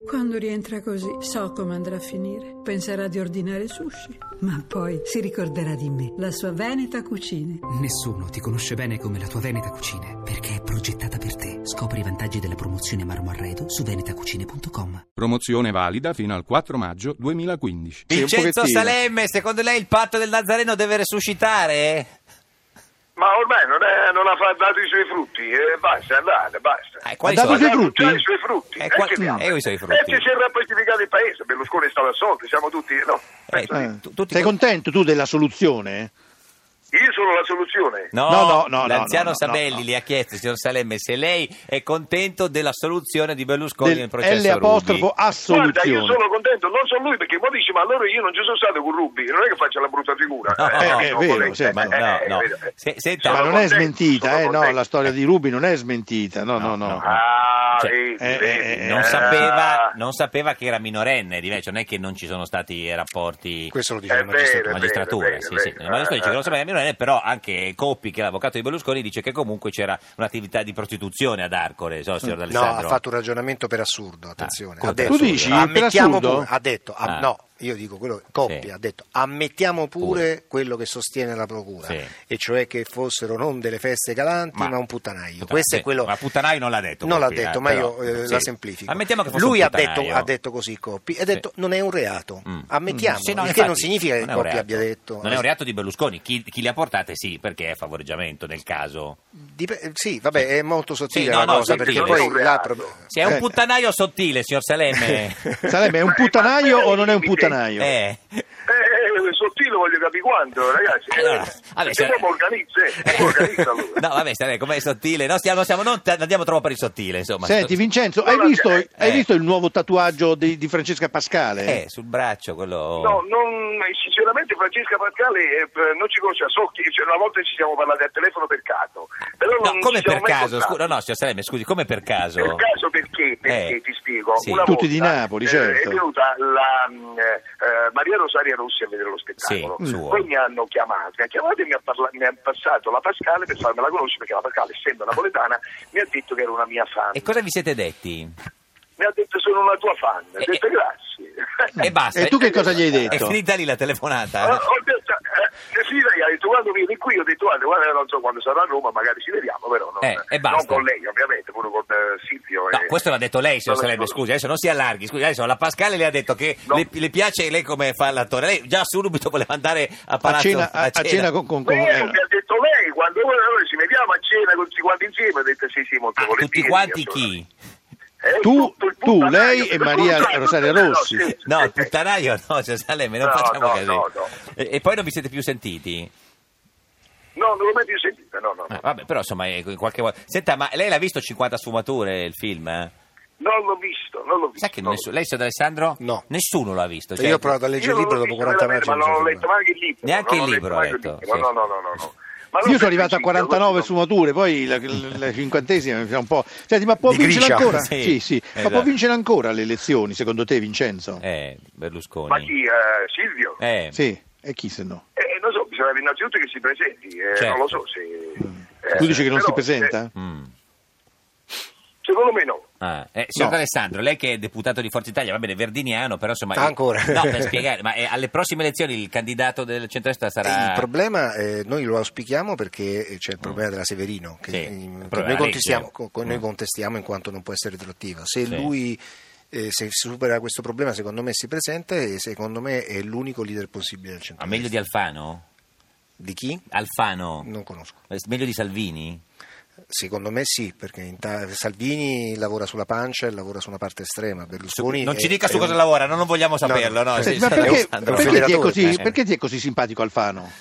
Quando rientra così, so come andrà a finire. Penserà di ordinare sushi, ma poi si ricorderà di me, la sua Veneta Cucine. Nessuno ti conosce bene come la tua Veneta Cucine, perché è progettata per te. Scopri i vantaggi della promozione Marmo Arredo su venetacucine.com. Promozione valida fino al 4 maggio 2015. Vincenzo Salemme, secondo lei il patto del Nazareno deve resuscitare? Ma ormai non ha dato i suoi frutti, basta, andate, basta. Quali ha dato sono? i suoi frutti? I suoi frutti. I suoi frutti. Si è rappacificato il paese, Berlusconi è stato assolto, siamo tutti... No. Sei contento tu della soluzione? Io sono la soluzione. No, no, l'anziano Sabelli le ha chiesto, signor Salemme, se lei è contento della soluzione di Berlusconi nel processo Ruby. Assoluzione. Guarda, io sono contento, non so lui, perché poi dice, ma allora io non ci sono stato con Ruby, non è che faccia la brutta figura. È vero, no. Senta, ma non è smentita, no, la storia di Ruby non è smentita, no. Non sapeva che era minorenne, non è che non ci sono stati rapporti. Questo lo dice la magistratura. Sì. La magistratura dice che non sapeva che era minorenne, però anche Coppi, che è l'avvocato di Berlusconi, dice che comunque c'era un'attività di prostituzione ad Arcore, signor D'Alessandro. No, ha fatto un ragionamento per assurdo, attenzione. Tu dici per assurdo? Ha detto, no. Io dico quello Coppi ha detto ammettiamo pure quello che sostiene la procura, e cioè che fossero non delle feste galanti ma un puttanaio. Questo è quello. Ma puttanaio non l'ha detto. Non Coppi, l'ha detto, ma io la semplifico. Ammettiamo che fosse lui un ha detto così Coppi, ha detto non è un reato. Ammettiamo, il che non significa che Coppi abbia detto. Non è un reato di Berlusconi, chi le ha portate sì, perché è favoreggiamento nel caso. Sì, vabbè, è molto sottile la cosa, perché poi è un puttanaio sottile, signor Salemme. Salemme, è un puttanaio o non è un puttanaio? Sottile voglio capire quanto, ragazzi. Se non organizza lui. No, vabbè, com'è sottile? Non andiamo troppo per il sottile, insomma. Senti, Vincenzo, hai visto il nuovo tatuaggio di Francesca Pascale? Sul braccio, quello. No, sinceramente Francesca Pascale non ci conosce, una volta ci siamo parlati al telefono per caso. Però come per caso? Signor Salemme, scusi, come per caso? Per caso perché ti spiego. Sì. Una Tutti volta, di Napoli, certo. È venuta la Maria Rosaria Rossi a vedere lo spettacolo. Poi mi hanno chiamato e mi ha passato la Pascale per farmela conoscere, perché la Pascale, essendo napoletana, mi ha detto che era una mia fan. E cosa vi siete detti? Mi ha detto sono una tua fan, ho detto grazie. E basta. E tu che cosa gli hai detto? È finita lì la telefonata? Ho detto, ha detto quando vieni qui, ho detto guarda, non so quando sarò a Roma, magari ci vediamo, però non con lei ovviamente, pure con Silvio. No, questo l'ha detto lei, signor Salemme, scusi, adesso non si allarghi, adesso la Pascale le ha detto che le piace lei come fa l'attore, lei già subito voleva andare a palazzo a cena con mi ha detto lei, quando noi ci vediamo a cena tutti quanti insieme, ho detto sì, molto volentieri. Tutti quanti chi? Tu, lei e Maria Rosaria Rossi. No, il puttanaio no, signor Salemme, non facciamo così. No. E poi non vi siete più sentiti? No, non l'ho mai più sentita, no. Vabbè, però insomma, qualche volta. Senta, ma lei l'ha visto 50 sfumature il film? Non l'ho visto. Sa che lei, signor D'Alessandro? No. Nessuno l'ha visto. Io ho provato a leggere il libro dopo 40 pagine. Ma non ho letto neanche il libro. Neanche il libro ho letto. No. Io sono arrivato a 49 sfumature, poi la 50esima mi fa un po'. Senti, ma può vincere ancora? Sì. Esatto. Ma può vincere ancora le elezioni, secondo te, Vincenzo? Berlusconi. Ma chi? Silvio? Sì, e chi se no? Non so, bisogna innanzitutto che si presenti, certo. Non lo so se... Tu dici che non si presenta? Secondo me no. Signor D'Alessandro, lei che è deputato di Forza Italia, va bene, verdiniano, però insomma... Ancora? No, per spiegare, ma alle prossime elezioni il candidato del centrodestra sarà... Il problema, noi lo auspichiamo perché c'è il problema della Severino, che noi contestiamo in quanto non può essere retroattiva. Se lui... se supera questo problema, secondo me si presenta e secondo me è l'unico leader possibile del centrodestra. Ma meglio di Alfano? Di chi? Alfano? Non conosco. Meglio di Salvini? Secondo me sì, perché Salvini lavora sulla pancia e lavora su una parte estrema. Berlusconi non ci dica su cosa lavora, non vogliamo saperlo. No. Ma perché ti è così simpatico Alfano?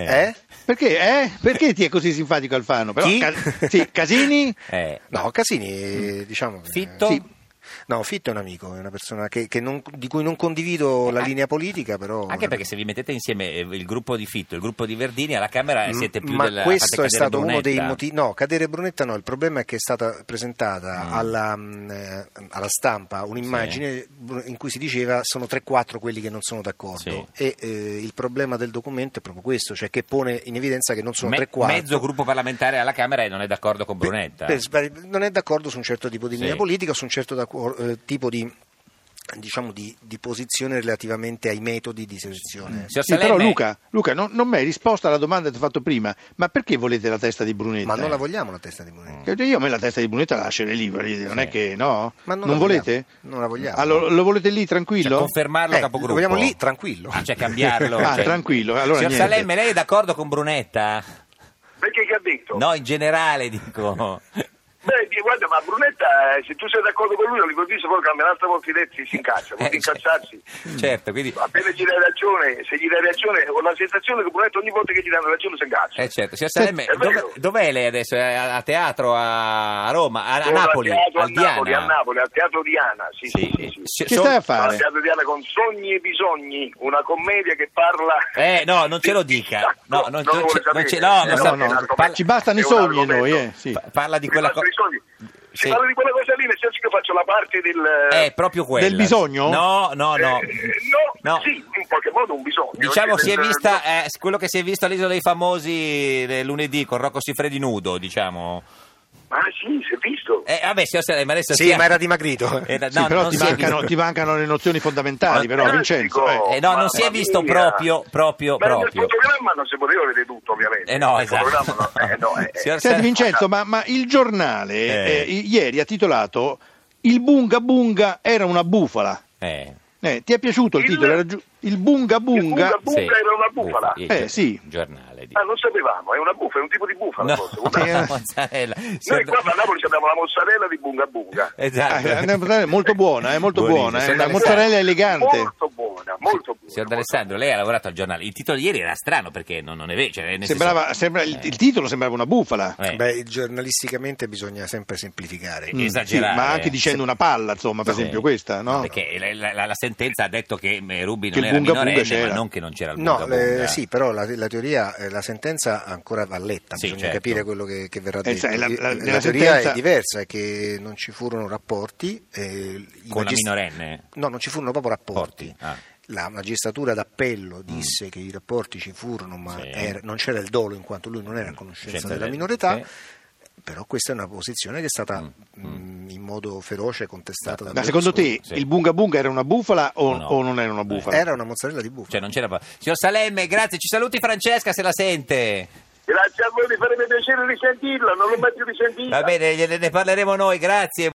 Perché ti è così simpatico Alfano? Però, Casini? No, Casini diciamo che... Fitto? Sì. No, Fitto è un amico, è una persona di cui non condivido la linea politica, però... Anche perché se vi mettete insieme il gruppo di Fitto e il gruppo di Verdini, alla Camera siete più ma della... questo è stato Brunetta. uno dei motivi... No, cadere Brunetta no, il problema è che è stata presentata alla stampa un'immagine in cui si diceva sono 3-4 quelli che non sono d'accordo, e il problema del documento è proprio questo, cioè che pone in evidenza che non sono 3-4. Mezzo gruppo parlamentare alla Camera e non è d'accordo con Brunetta. Non è d'accordo su un certo tipo di linea politica, su un certo tipo di diciamo di posizione relativamente ai metodi di selezione. Sì, però Luca non mi hai risposto alla domanda che ti ho fatto prima, ma perché volete la testa di Brunetta? Ma non la vogliamo la testa di Brunetta. Io a me la testa di Brunetta la lascerei lì, non è che no? Ma non volete? Non la vogliamo. Allora, lo volete lì tranquillo? Cioè, confermarlo capogruppo? Lo vogliamo lì tranquillo. Cioè cambiarlo. Tranquillo. Allora, signor niente. Salemme, lei è d'accordo con Brunetta? Perché che ha detto? No, in generale dico. Beh, guarda, ma Brunetta, se tu sei d'accordo con lui, non gli puoi dire poi che un'altra volta si incazza, può incazzarsi. Certo, quindi... Appena gli dai ragione, se gli dai ragione, ho la sensazione che Brunetta ogni volta che gli danno ragione si incazza. Certo, signor Salemme, dov'è lei adesso? È a teatro a Roma, a Napoli, al Diana? A Napoli, al Teatro Diana, sì. Che stai a fare? Al Teatro Diana con Sogni e Bisogni, una commedia che parla... No, non ce lo dica. No, ci bastano i sogni a noi, sì. Parla di quella cosa... Si parla di quella cosa lì, nel senso che faccio la parte del... proprio quella. Del bisogno? No. Sì, in qualche modo un bisogno. Diciamo si è vista quello che si è visto all'Isola dei Famosi lunedì con Rocco Siffredi nudo, diciamo. Ah sì, si è visto. Vabbè, signor Salemme, adesso ma era dimagrito. Però ti mancano le nozioni fondamentali, però Vincenzo. Non si è visto proprio. Ma nel fotogramma non si poteva vedere tutto, ovviamente. No, esatto. Senti Vincenzo, ma il giornale ieri ha titolato "Il Bunga Bunga era una bufala". Ti è piaciuto il titolo? Il Bunga Bunga? Il Bunga Bunga era una bufala? Sì. Giornale. Non sapevamo, è una bufala, è un tipo di bufala. No, mozzarella. Noi qua a Napoli abbiamo la mozzarella di Bunga Bunga. Esatto. È una mozzarella molto buona, è una mozzarella elegante. Molto buona. Signor D'Alessandro, lei ha lavorato al giornale. Il titolo di ieri era strano perché non è vero. Cioè, il titolo sembrava una bufala. Giornalisticamente bisogna sempre semplificare. Esagerare. Ma anche dicendo una palla, insomma, per esempio questa, no? Perché la sentenza ha detto che Ruby non era minorenne, ma non che non c'era il Bunga Bunga. Sì, però la teoria, la sentenza ancora va letta, bisogna capire quello che verrà detto. La teoria è diversa, è che non ci furono rapporti. Con la minorenne? No, non ci furono proprio rapporti. La magistratura d'appello disse che i rapporti ci furono, ma non c'era il dolo in quanto lui non era a conoscenza della minorità. Però questa è una posizione che è stata in modo feroce contestata. Ma secondo te il Bunga Bunga era una bufala o non era una bufala? Era una mozzarella di bufala. Cioè non c'era. Signor Salemme, grazie, ci saluti Francesca se la sente. Grazie a voi, mi farebbe piacere risentirla, non l'ho mai più risentita. Va bene, ne parleremo noi, grazie.